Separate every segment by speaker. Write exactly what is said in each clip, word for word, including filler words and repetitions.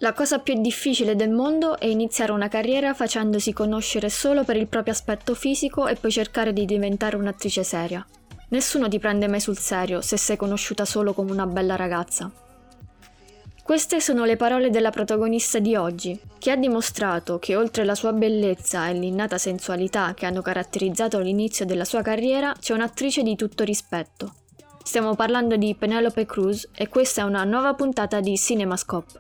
Speaker 1: La cosa più difficile del mondo è iniziare una carriera facendosi conoscere solo per il proprio aspetto fisico e poi cercare di diventare un'attrice seria. Nessuno ti prende mai sul serio se sei conosciuta solo come una bella ragazza. Queste sono le parole della protagonista di oggi, che ha dimostrato che oltre la sua bellezza e l'innata sensualità che hanno caratterizzato l'inizio della sua carriera, c'è un'attrice di tutto rispetto. Stiamo parlando di Penélope Cruz e questa è una nuova puntata di CinemaScope.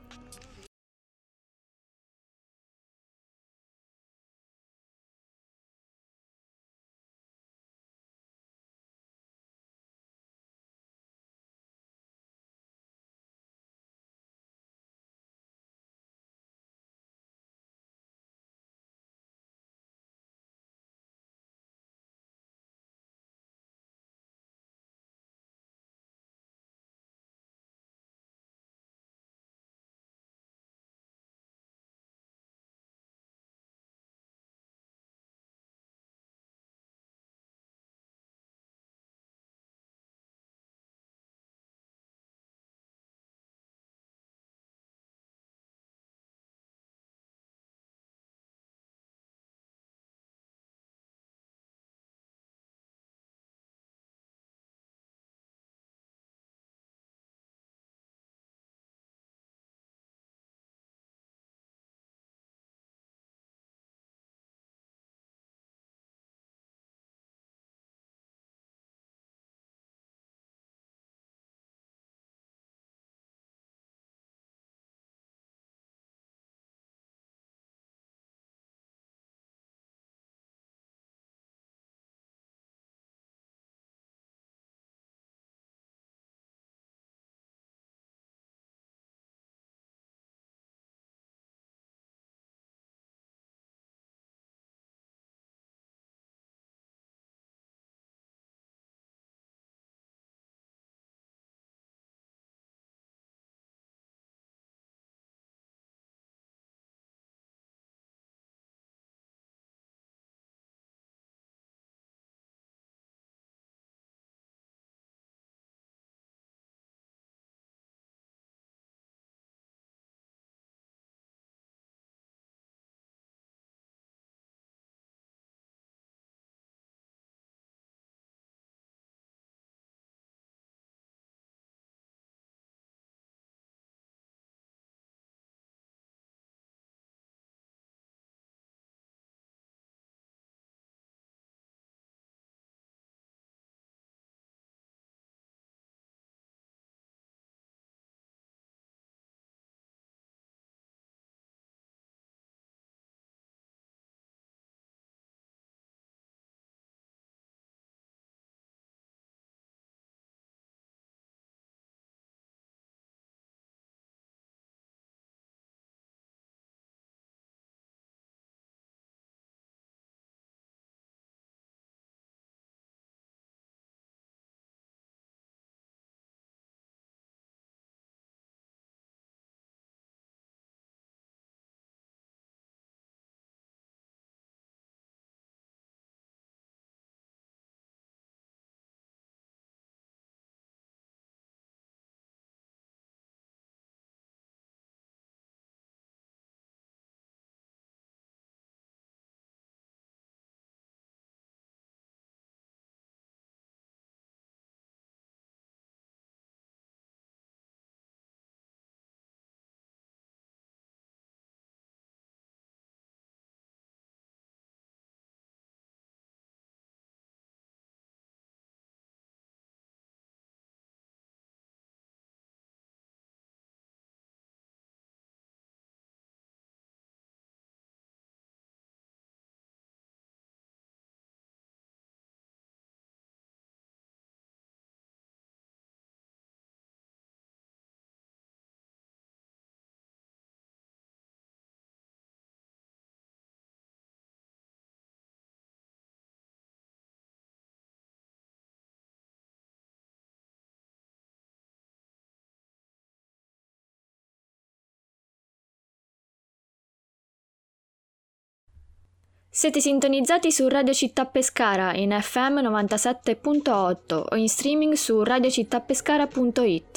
Speaker 1: Siete sintonizzati su Radio Città Pescara in F M novantasette punto otto o in streaming su radiocittapescara punto it.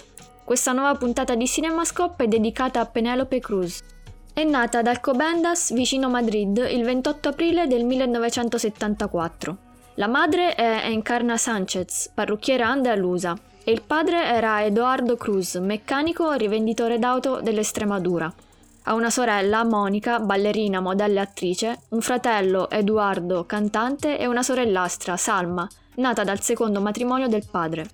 Speaker 1: Questa nuova puntata di CinemaScope è dedicata a Penélope Cruz. È nata ad Alcobendas, vicino Madrid, il ventotto aprile del millenovecentosettantaquattro. La madre è Encarna Sánchez, parrucchiera andalusa, e il padre era Eduardo Cruz, meccanico e rivenditore d'auto dell'Estremadura. Ha una sorella, Monica, ballerina, modella e attrice, un fratello, Eduardo, cantante, e una sorellastra, Salma, nata dal secondo matrimonio del padre.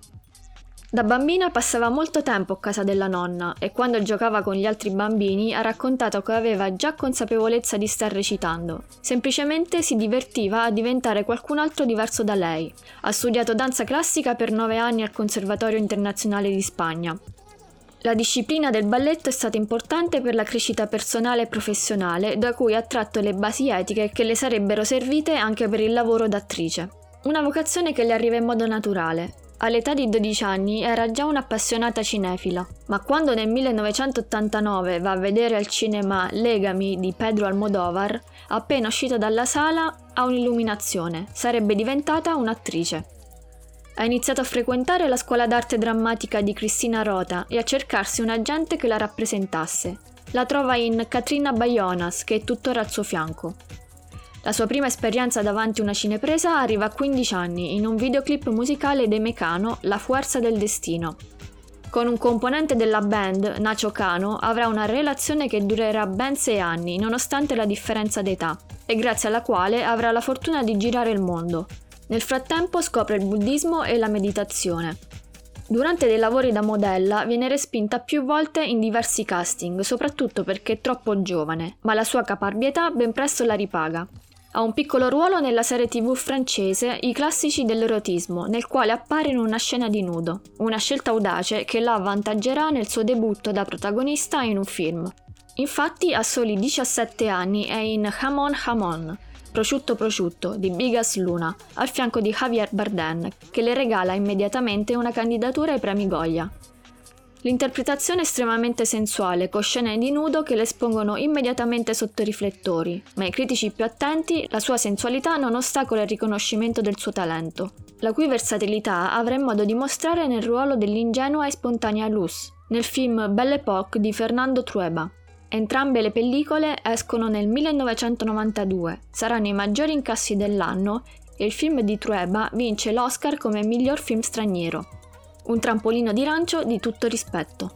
Speaker 1: Da bambina passava molto tempo a casa della nonna e quando giocava con gli altri bambini ha raccontato che aveva già consapevolezza di star recitando. Semplicemente si divertiva a diventare qualcun altro diverso da lei. Ha studiato danza classica per nove anni al Conservatorio Internazionale di Spagna. La disciplina del balletto è stata importante per la crescita personale e professionale, da cui ha tratto le basi etiche che le sarebbero servite anche per il lavoro d'attrice. Una vocazione che le arriva in modo naturale. All'età di dodici anni era già un'appassionata cinefila, ma quando nel millenovecentottantanove va a vedere al cinema Legami di Pedro Almodóvar, appena uscita dalla sala ha un'illuminazione, sarebbe diventata un'attrice. Ha iniziato a frequentare la scuola d'arte drammatica di Cristina Rota e a cercarsi un agente che la rappresentasse. La trova in Katrina Bayonas, che è tuttora al suo fianco. La sua prima esperienza davanti a una cinepresa arriva a quindici anni in un videoclip musicale dei Mecano, La Fuerza del Destino. Con un componente della band, Nacho Cano, avrà una relazione che durerà ben sei anni, nonostante la differenza d'età, e grazie alla quale avrà la fortuna di girare il mondo. Nel frattempo scopre il buddismo e la meditazione. Durante dei lavori da modella viene respinta più volte in diversi casting, soprattutto perché è troppo giovane, ma la sua caparbietà ben presto la ripaga. Ha un piccolo ruolo nella serie tivù francese I classici dell'erotismo, nel quale appare in una scena di nudo, una scelta audace che la avvantaggerà nel suo debutto da protagonista in un film. Infatti a soli diciassette anni è in Jamón Jamón, Prosciutto Prosciutto di Bigas Luna, al fianco di Javier Bardem, che le regala immediatamente una candidatura ai premi Goya. L'interpretazione è estremamente sensuale, con scene di nudo che le espongono immediatamente sotto i riflettori, ma ai critici più attenti la sua sensualità non ostacola il riconoscimento del suo talento, la cui versatilità avrà modo di mostrare nel ruolo dell'ingenua e spontanea Luz, nel film Belle Époque di Fernando Trueba. Entrambe le pellicole escono nel millenovecentonovantadue, saranno i maggiori incassi dell'anno e il film di Trueba vince l'Oscar come miglior film straniero. Un trampolino di lancio di tutto rispetto.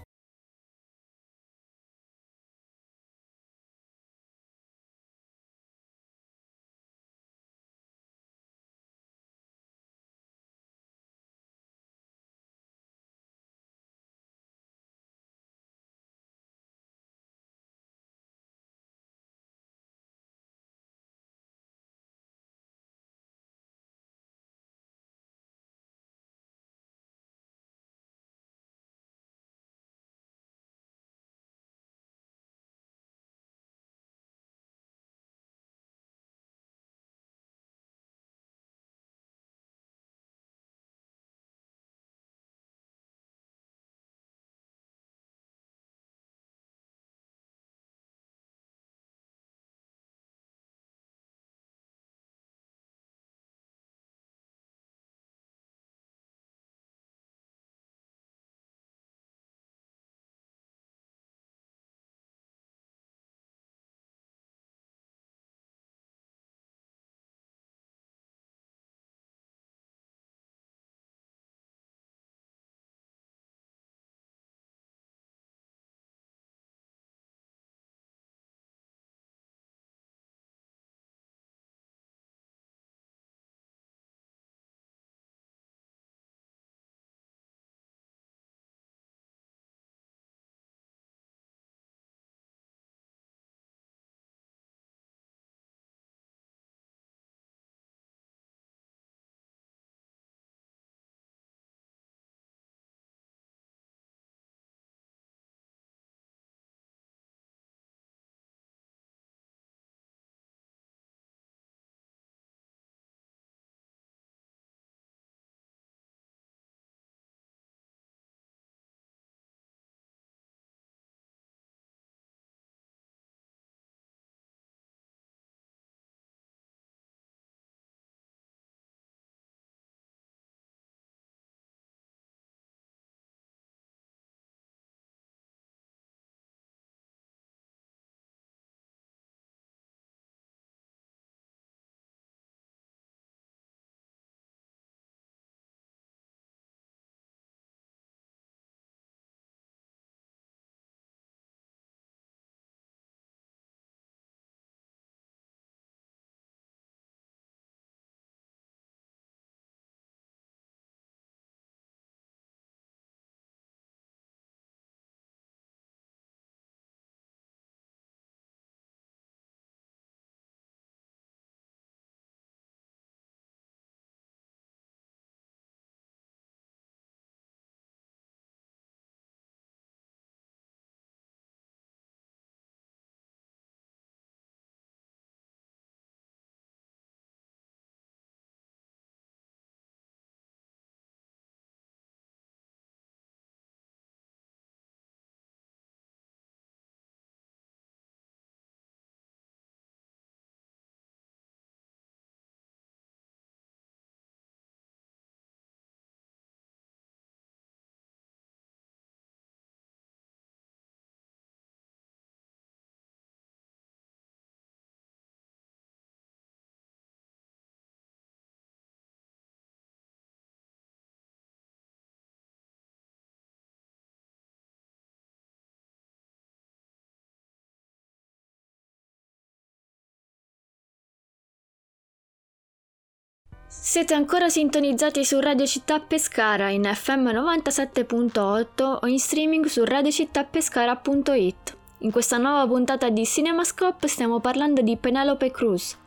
Speaker 1: Siete ancora sintonizzati su Radio Città Pescara in F M novantasette punto otto o in streaming su radiocittapescara punto it. In questa nuova puntata di Cinemascope stiamo parlando di Penelope Cruz.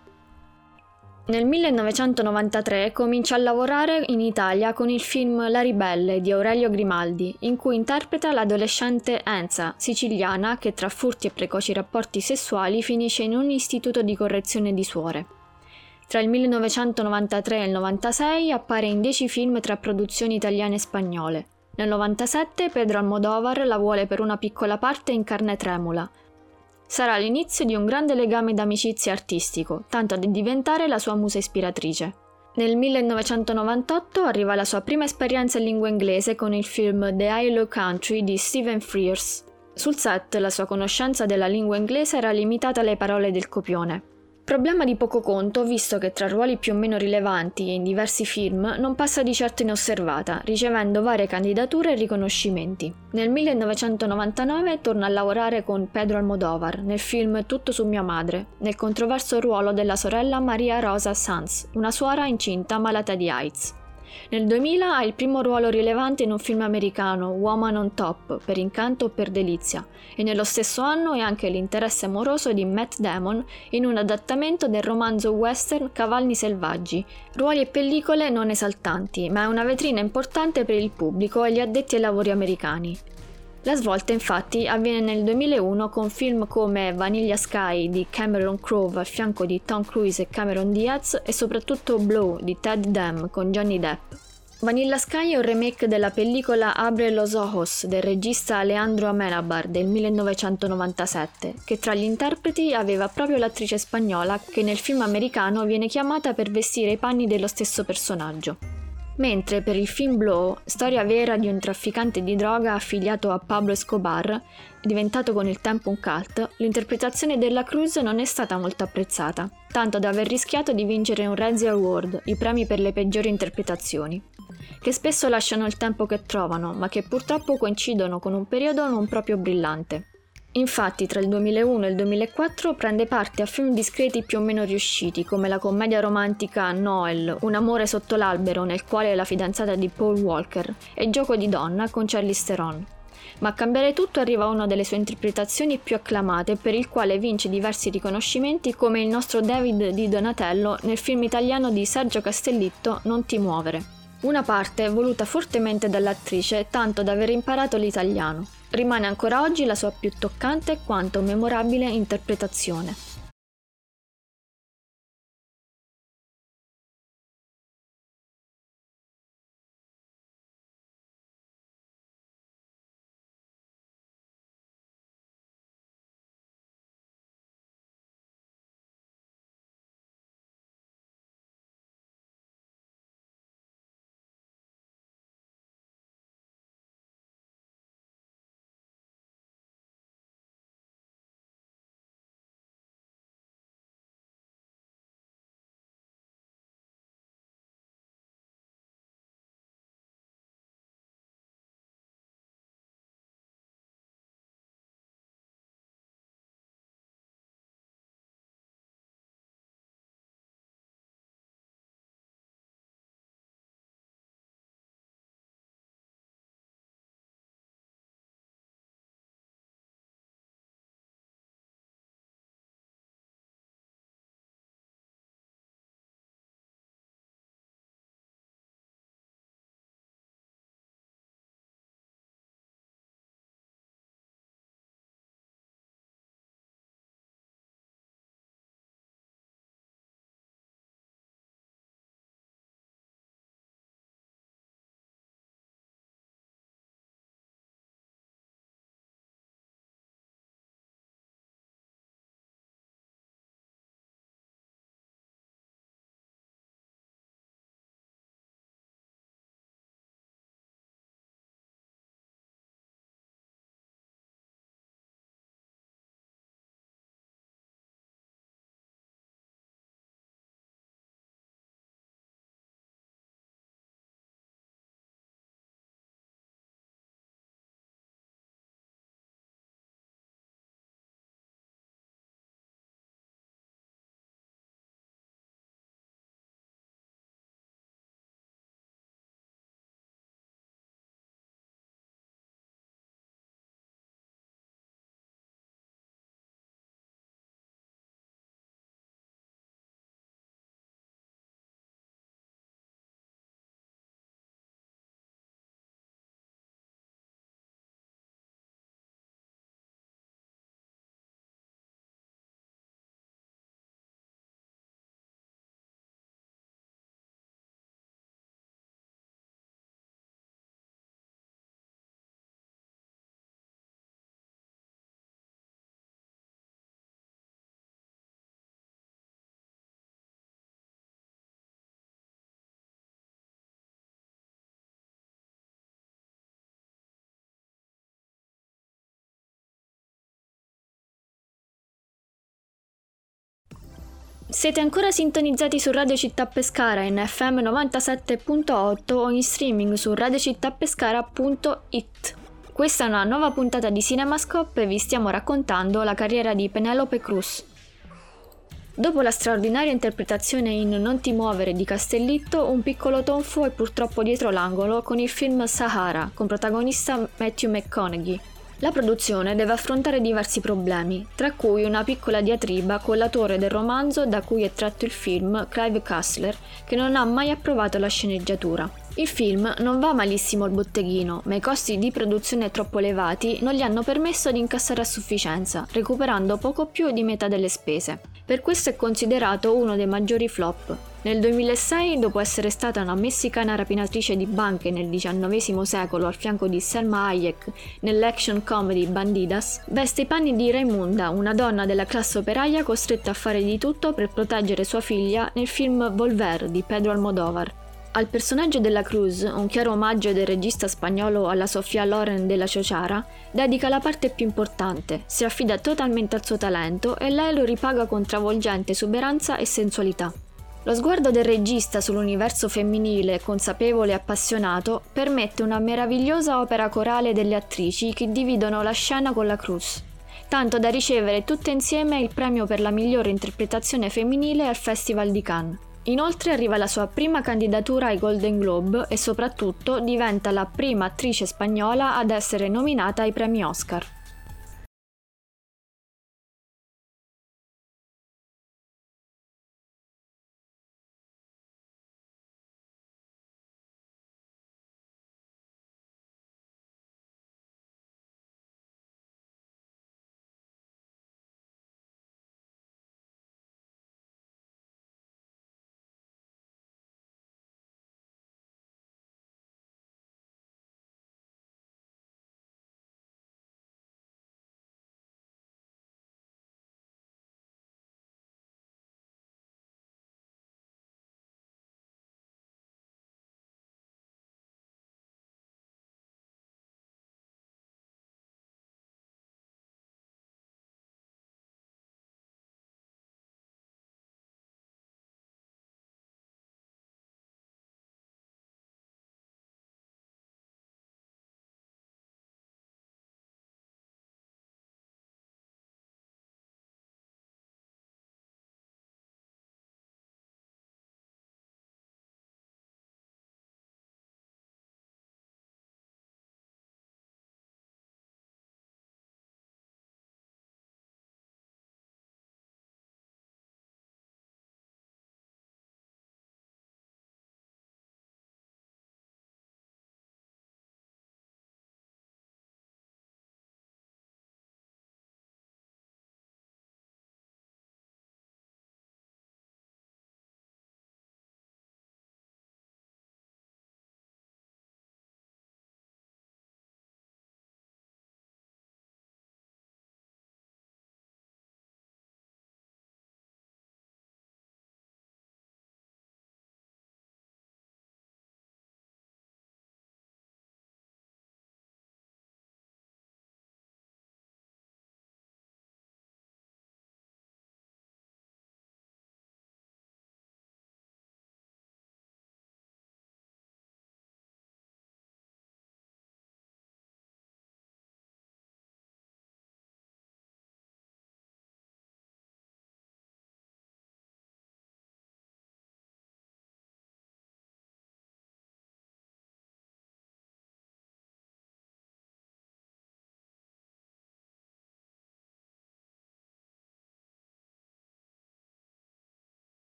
Speaker 1: Nel millenovecentonovantatré comincia a lavorare in Italia con il film La ribelle di Aurelio Grimaldi, in cui interpreta l'adolescente Enza, siciliana, che tra furti e precoci rapporti sessuali finisce in un istituto di correzione di suore. Tra il millenovecentonovantatré e il novantasei appare in dieci film tra produzioni italiane e spagnole. Nel novantasette Pedro Almodóvar la vuole per una piccola parte in Carne tremula. Sarà l'inizio di un grande legame d'amicizia artistico, tanto da diventare la sua musa ispiratrice. Nel millenovecentonovantotto arriva la sua prima esperienza in lingua inglese con il film The High Low Country di Stephen Frears. Sul set la sua conoscenza della lingua inglese era limitata alle parole del copione. Problema di poco conto, visto che tra ruoli più o meno rilevanti e in diversi film non passa di certo inosservata, ricevendo varie candidature e riconoscimenti. Nel millenovecentonovantanove torna a lavorare con Pedro Almodóvar nel film Tutto su mia madre, nel controverso ruolo della sorella Maria Rosa Sanz, una suora incinta malata di AIDS. Nel duemila ha il primo ruolo rilevante in un film americano, Woman on Top, per incanto o per delizia, e nello stesso anno è anche l'interesse amoroso di Matt Damon in un adattamento del romanzo western Cavalli selvaggi, ruoli e pellicole non esaltanti, ma è una vetrina importante per il pubblico e gli addetti ai lavori americani. La svolta infatti avviene nel duemilauno con film come Vanilla Sky di Cameron Crowe al fianco di Tom Cruise e Cameron Diaz e soprattutto Blow di Ted Dam con Johnny Depp. Vanilla Sky è un remake della pellicola Abre los ojos del regista Alejandro Amenábar del millenovecentonovantasette, che tra gli interpreti aveva proprio l'attrice spagnola che nel film americano viene chiamata per vestire i panni dello stesso personaggio. Mentre per il film Blow, storia vera di un trafficante di droga affiliato a Pablo Escobar, diventato con il tempo un cult, l'interpretazione della Cruz non è stata molto apprezzata, tanto da aver rischiato di vincere un Razzie Award, i premi per le peggiori interpretazioni, che spesso lasciano il tempo che trovano, ma che purtroppo coincidono con un periodo non proprio brillante. Infatti, tra il duemilauno e il duemilaquattro prende parte a film discreti più o meno riusciti, come la commedia romantica Noel, Un amore sotto l'albero, nel quale è la fidanzata di Paul Walker, e Gioco di donna con Charlize Theron. Ma a cambiare tutto arriva una delle sue interpretazioni più acclamate, per il quale vince diversi riconoscimenti come il nostro David di Donatello nel film italiano di Sergio Castellitto Non ti muovere. Una parte voluta fortemente dall'attrice, tanto da aver imparato l'italiano. Rimane ancora oggi la sua più toccante quanto memorabile interpretazione. Siete ancora sintonizzati su Radio Città Pescara in F M novantasette punto otto o in streaming su radiocittapescara punto it. Questa è una nuova puntata di Cinemascope e vi stiamo raccontando la carriera di Penélope Cruz. Dopo la straordinaria interpretazione in Non ti muovere di Castellitto, un piccolo tonfo è purtroppo dietro l'angolo con il film Sahara, con protagonista Matthew McConaughey. La produzione deve affrontare diversi problemi, tra cui una piccola diatriba con l'autore del romanzo da cui è tratto il film, Clive Cussler, che non ha mai approvato la sceneggiatura. Il film non va malissimo al botteghino, ma i costi di produzione troppo elevati non gli hanno permesso di incassare a sufficienza, recuperando poco più di metà delle spese. Per questo è considerato uno dei maggiori flop. Nel duemilasei, dopo essere stata una messicana rapinatrice di banche nel diciannovesimo secolo al fianco di Selma Hayek nell'action comedy Bandidas, veste i panni di Raimunda, una donna della classe operaia costretta a fare di tutto per proteggere sua figlia nel film Volver di Pedro Almodóvar. Al personaggio della Cruz, un chiaro omaggio del regista spagnolo alla Sofía Loren della Ciociara, dedica la parte più importante, si affida totalmente al suo talento e lei lo ripaga con travolgente esuberanza e sensualità. Lo sguardo del regista sull'universo femminile, consapevole e appassionato, permette una meravigliosa opera corale delle attrici che dividono la scena con la Cruz, tanto da ricevere tutte insieme il premio per la migliore interpretazione femminile al Festival di Cannes. Inoltre arriva la sua prima candidatura ai Golden Globe e soprattutto diventa la prima attrice spagnola ad essere nominata ai premi Oscar.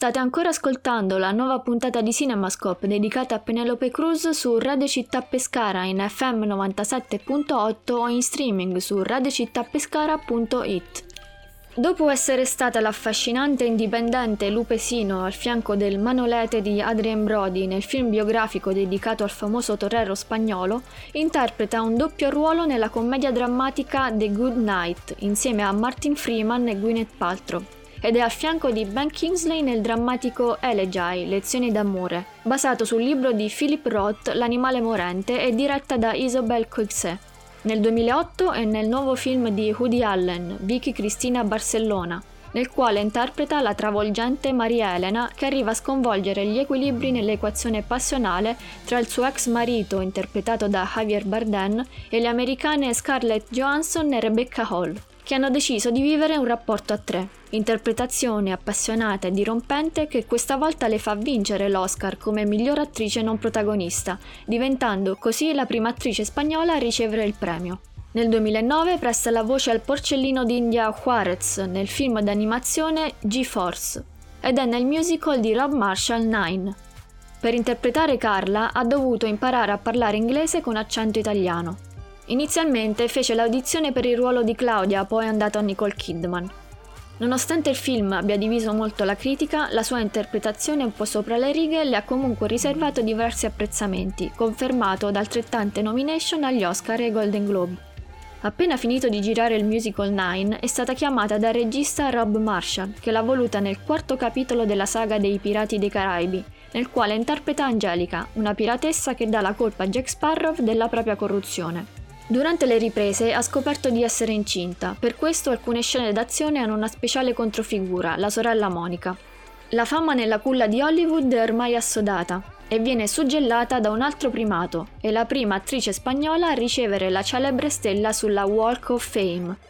Speaker 1: State ancora ascoltando la nuova puntata di CinemaScope dedicata a Penelope Cruz su Radio Città Pescara in F M novantasette punto otto o in streaming su radiocittapescara punto it. Dopo essere stata l'affascinante e indipendente Lupe Sino al fianco del Manolete di Adrien Brody nel film biografico dedicato al famoso torero spagnolo, interpreta un doppio ruolo nella commedia drammatica The Good Night insieme a Martin Freeman e Gwyneth Paltrow, ed è al fianco di Ben Kingsley nel drammatico Elegy, Lezioni d'amore, basato sul libro di Philip Roth L'animale morente e diretta da Isobel Coixet. Nel duemilaotto e nel nuovo film di Woody Allen, Vicky Cristina Barcellona, nel quale interpreta la travolgente Maria Elena che arriva a sconvolgere gli equilibri nell'equazione passionale tra il suo ex marito, interpretato da Javier Bardem, e le americane Scarlett Johansson e Rebecca Hall, che hanno deciso di vivere un rapporto a tre. Interpretazione appassionata e dirompente che questa volta le fa vincere l'Oscar come miglior attrice non protagonista, diventando così la prima attrice spagnola a ricevere il premio. Nel duemilanove presta la voce al porcellino d'India Juarez nel film d'animazione G-Force ed è nel musical di Rob Marshall Nine. Per interpretare Carla ha dovuto imparare a parlare inglese con accento italiano. Inizialmente fece l'audizione per il ruolo di Claudia, poi è andato a Nicole Kidman. Nonostante il film abbia diviso molto la critica, la sua interpretazione un po' sopra le righe le ha comunque riservato diversi apprezzamenti, confermato da altrettante nomination agli Oscar e ai Golden Globe. Appena finito di girare il musical Nine, è stata chiamata dal regista Rob Marshall, che l'ha voluta nel quarto capitolo della saga dei Pirati dei Caraibi, nel quale interpreta Angelica, una piratessa che dà la colpa a Jack Sparrow della propria corruzione. Durante le riprese ha scoperto di essere incinta, per questo alcune scene d'azione hanno una speciale controfigura, la sorella Monica. La fama nella culla di Hollywood è ormai assodata e viene suggellata da un altro primato, è la prima attrice spagnola a ricevere la celebre stella sulla Walk of Fame.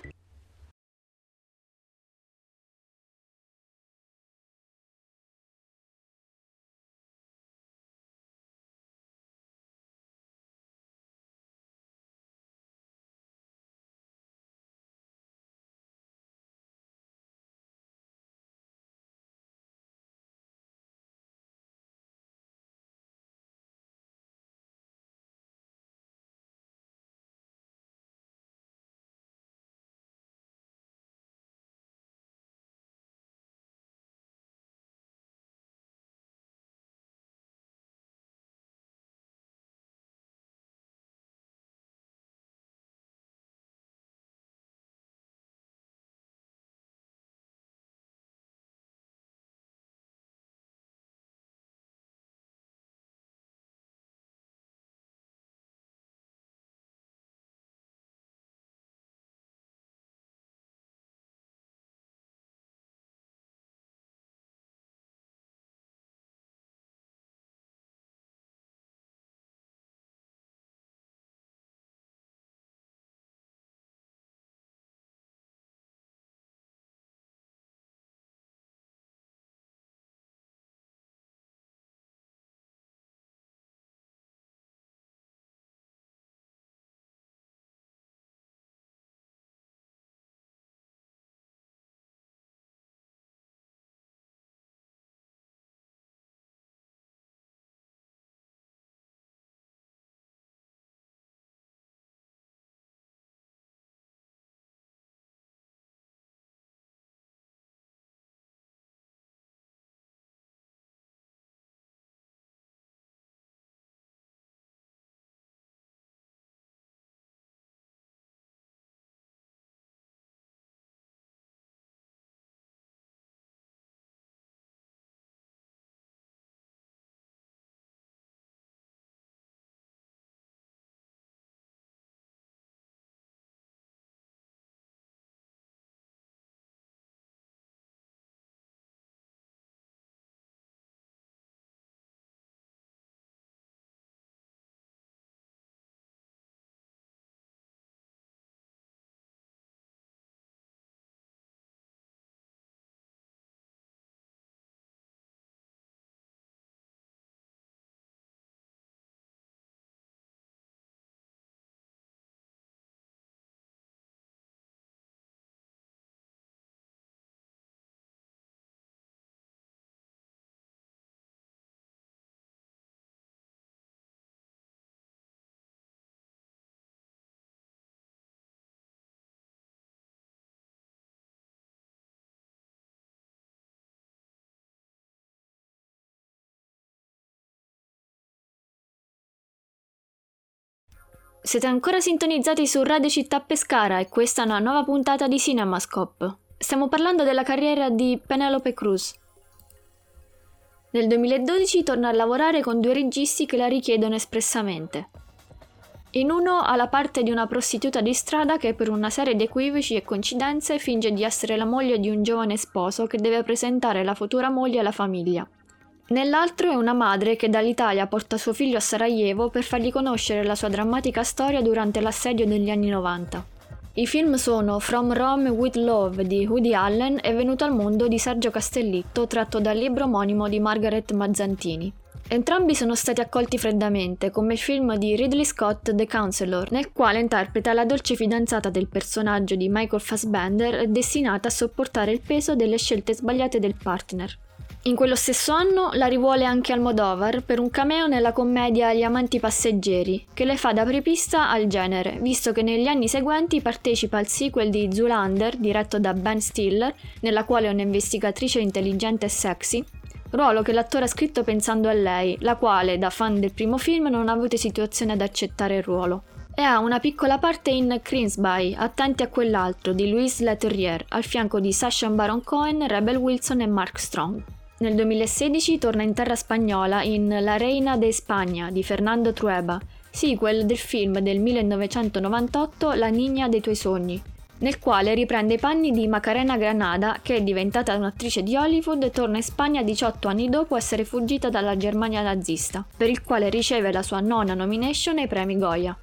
Speaker 1: Siete ancora sintonizzati su Radio Città Pescara e questa è una nuova puntata di Cinemascope. Stiamo parlando della carriera di Penélope Cruz. Nel duemiladodici torna a lavorare con due registi che la richiedono espressamente. In uno ha la parte di una prostituta di strada che per una serie di equivoci e coincidenze finge di essere la moglie di un giovane sposo che deve presentare la futura moglie alla famiglia. Nell'altro è una madre che dall'Italia porta suo figlio a Sarajevo per fargli conoscere la sua drammatica storia durante l'assedio degli anni novanta. I film sono From Rome with Love di Woody Allen e Venuto al mondo di Sergio Castellitto, tratto dal libro omonimo di Margaret Mazzantini. Entrambi sono stati accolti freddamente, come il film di Ridley Scott The Counselor, nel quale interpreta la dolce fidanzata del personaggio di Michael Fassbender destinata a sopportare il peso delle scelte sbagliate del partner. In quello stesso anno la rivuole anche Almodovar per un cameo nella commedia Gli amanti passeggeri, che le fa da apripista al genere, visto che negli anni seguenti partecipa al sequel di Zoolander, diretto da Ben Stiller, nella quale è un'investigatrice intelligente e sexy, ruolo che l'attore ha scritto pensando a lei, la quale, da fan del primo film, non ha avuto situazione ad accettare il ruolo. E ha una piccola parte in Cringsby, Attenti a quell'altro, di Louise Leterrier, al fianco di Sacha Baron Cohen, Rebel Wilson e Mark Strong. Nel duemilasedici torna in terra spagnola in La Reina de España di Fernando Trueba, sequel del film del millenovecentonovantotto La Niña dei tuoi sogni, nel quale riprende i panni di Macarena Granada, che, diventata un'attrice di Hollywood, torna in Spagna diciotto anni dopo essere fuggita dalla Germania nazista, per il quale riceve la sua nona nomination ai premi Goya.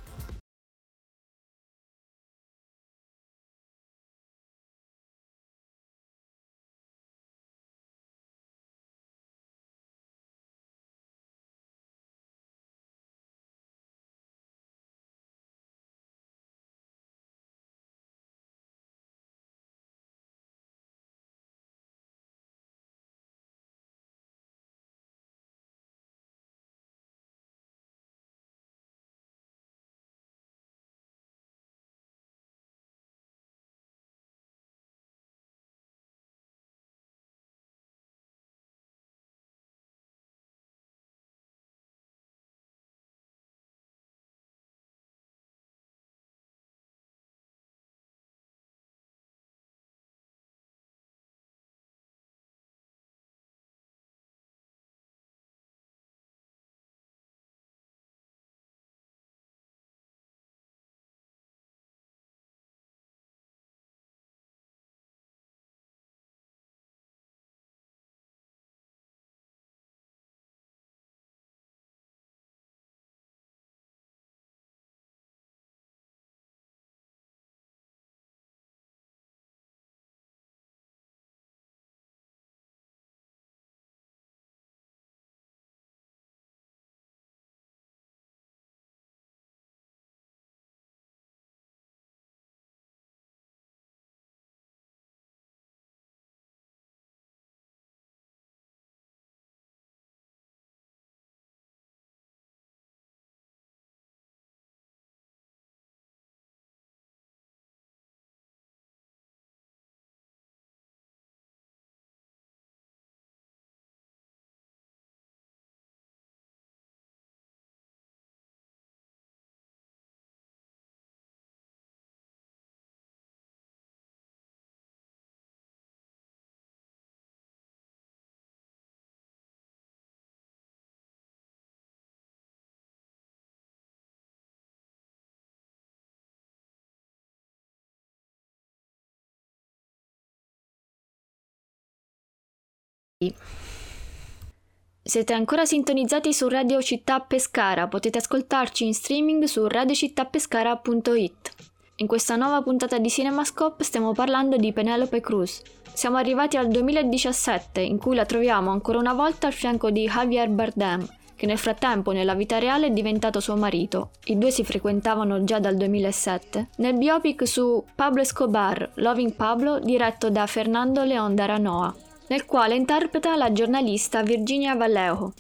Speaker 1: Siete ancora sintonizzati su Radio Città Pescara, potete ascoltarci in streaming su radiocittapescara punto it. In questa nuova puntata di Cinemascope stiamo parlando di Penélope Cruz. Siamo arrivati al duemiladiciassette, in cui la troviamo ancora una volta al fianco di Javier Bardem, che nel frattempo nella vita reale è diventato suo marito. I due si frequentavano già dal duemilasette, nel biopic su Pablo Escobar, Loving Pablo, diretto da Fernando León de Aranoa, nel quale interpreta la giornalista Virginia Vallejo.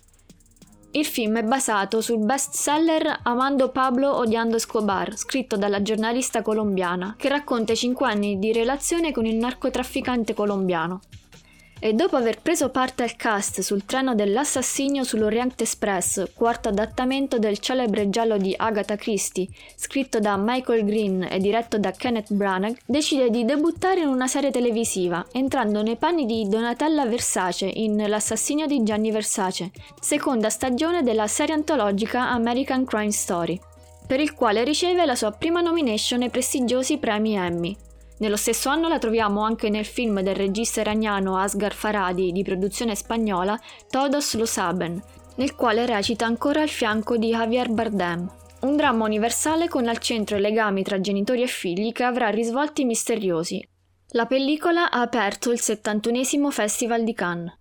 Speaker 1: Il film è basato sul bestseller Amando Pablo odiando Escobar, scritto dalla giornalista colombiana, che racconta i cinque anni di relazione con il narcotrafficante colombiano. E dopo aver preso parte al cast sul treno dell'assassinio sull'Orient Express, quarto adattamento del celebre giallo di Agatha Christie, scritto da Michael Green e diretto da Kenneth Branagh, decide di debuttare in una serie televisiva, entrando nei panni di Donatella Versace in L'assassinio di Gianni Versace, seconda stagione della serie antologica American Crime Story, per il quale riceve la sua prima nomination ai prestigiosi premi Emmy. Nello stesso anno la troviamo anche nel film del regista iraniano Asghar Farhadi di produzione spagnola Todos lo saben, nel quale recita ancora al fianco di Javier Bardem. Un dramma universale con al centro i legami tra genitori e figli che avrà risvolti misteriosi. La pellicola ha aperto il settantunesimo Festival di Cannes.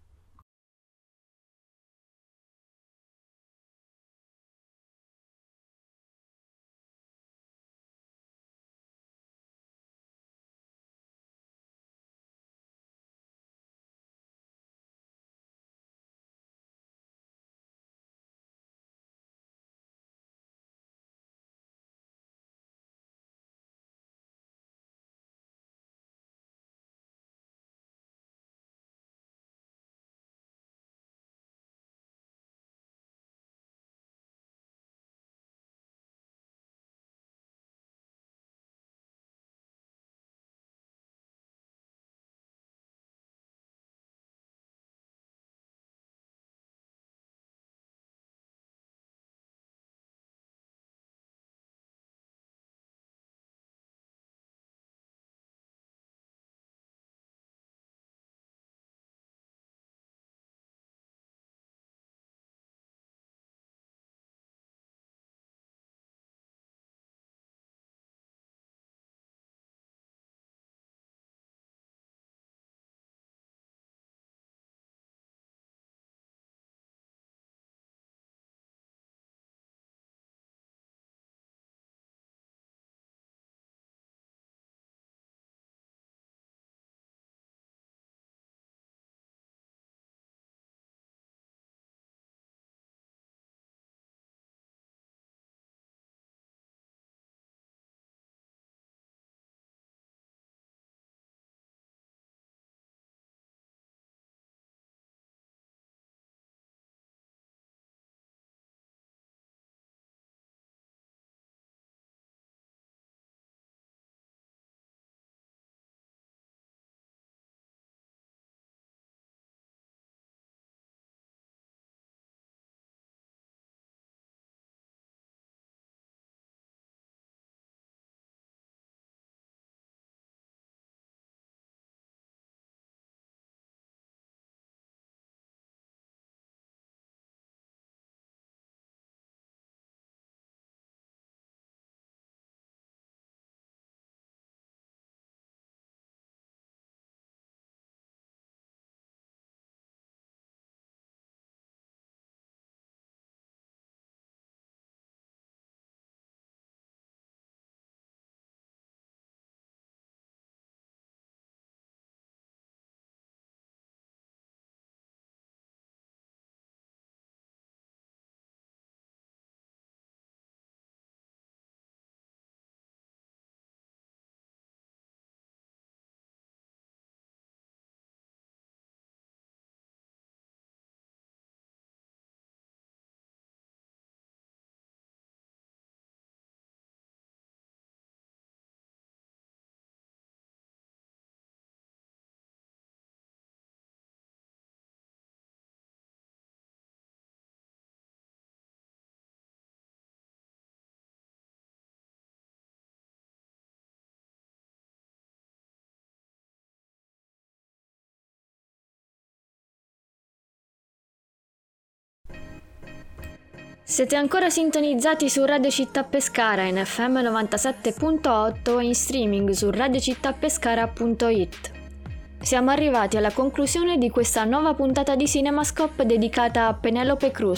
Speaker 1: Siete ancora sintonizzati su Radio Città Pescara in F M novantasette punto otto e in streaming su radiocittapescara punto it. Siamo arrivati alla conclusione di questa nuova puntata di CinemaScope dedicata a Penélope Cruz.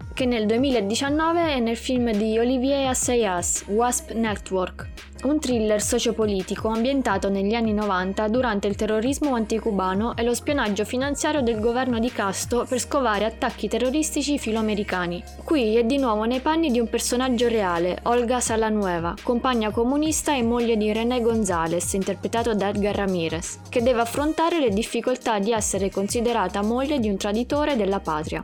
Speaker 1: che nel duemiladiciannove è nel film di Olivier Assayas, Wasp Network, un thriller sociopolitico ambientato negli anni novanta durante il terrorismo anticubano e lo spionaggio finanziario del governo di Castro per scovare attacchi terroristici filoamericani. Qui è di nuovo nei panni di un personaggio reale, Olga Salanueva, compagna comunista e moglie di René González, interpretato da Edgar Ramírez, che deve affrontare le difficoltà di essere considerata moglie di un traditore della patria.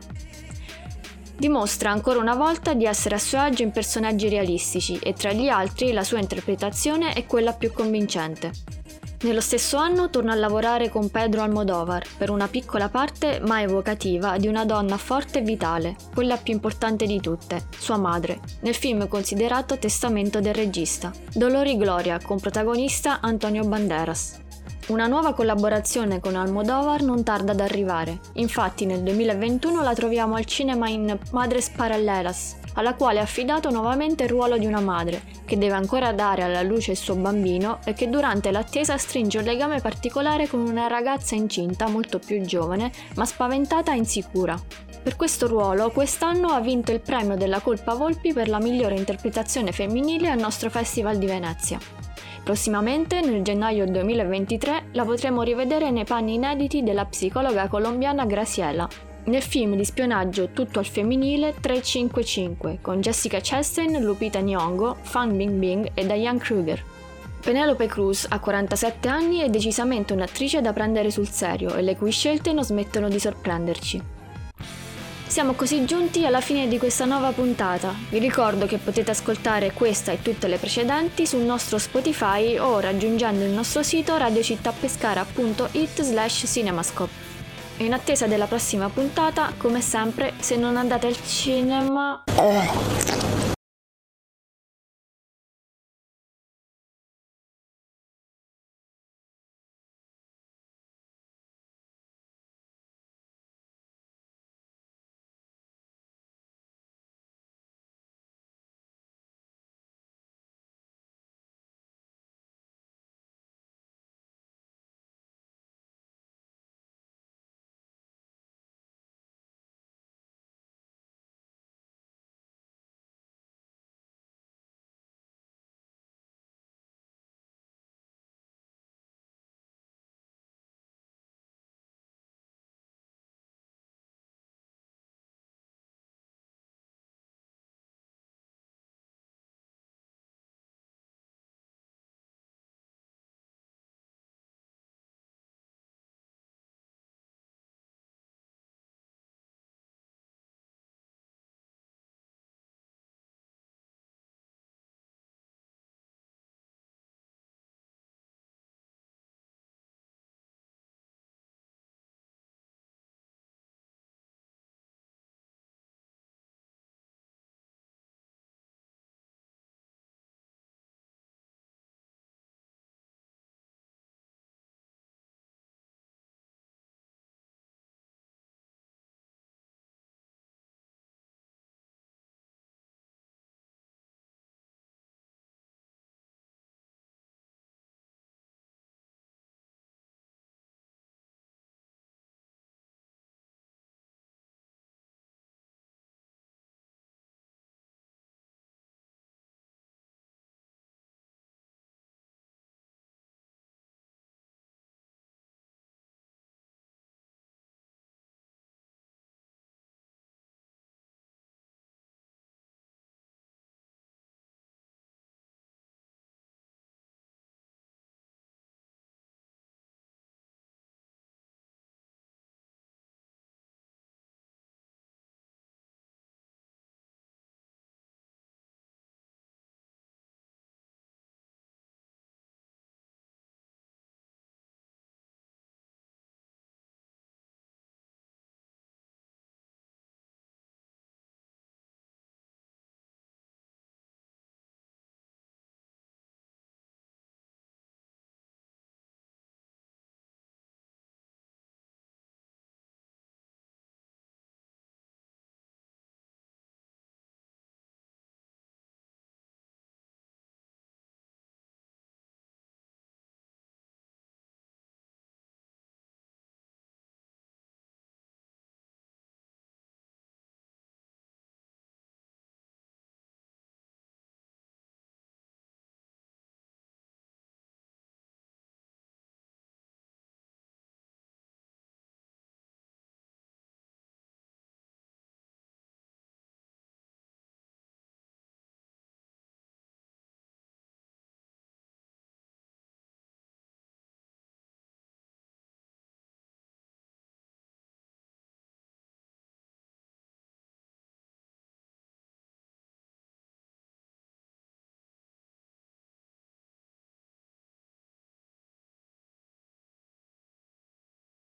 Speaker 1: Dimostra ancora una volta di essere a suo agio in personaggi realistici e tra gli altri la sua interpretazione è quella più convincente. Nello stesso anno torna a lavorare con Pedro Almodóvar per una piccola parte ma evocativa di una donna forte e vitale, quella più importante di tutte, sua madre, nel film considerato Testamento del regista, Dolor y Gloria, con protagonista Antonio Banderas. Una nuova collaborazione con Almodóvar non tarda ad arrivare, infatti nel duemilaventuno la troviamo al cinema in Madres Paralelas, alla quale ha affidato nuovamente il ruolo di una madre, che deve ancora dare alla luce il suo bambino e che durante l'attesa stringe un legame particolare con una ragazza incinta molto più giovane, ma spaventata e insicura. Per questo ruolo, quest'anno ha vinto il premio della Colpa Volpi per la migliore interpretazione femminile al nostro Festival di Venezia. Prossimamente, nel gennaio duemilaventitré, la potremo rivedere nei panni inediti della psicologa colombiana Graciela, nel film di spionaggio tutto al femminile tre cinque cinque, con Jessica Chastain, Lupita Nyong'o, Fan Bingbing e Diane Kruger. Penélope Cruz ha quarantasette anni e decisamente un'attrice da prendere sul serio e le cui scelte non smettono di sorprenderci. Siamo così giunti alla fine di questa nuova puntata. Vi ricordo che potete ascoltare questa e tutte le precedenti sul nostro Spotify o raggiungendo il nostro sito radiocittapescara punto it slash cinemascope. E in attesa della prossima puntata, come sempre, se non andate al cinema...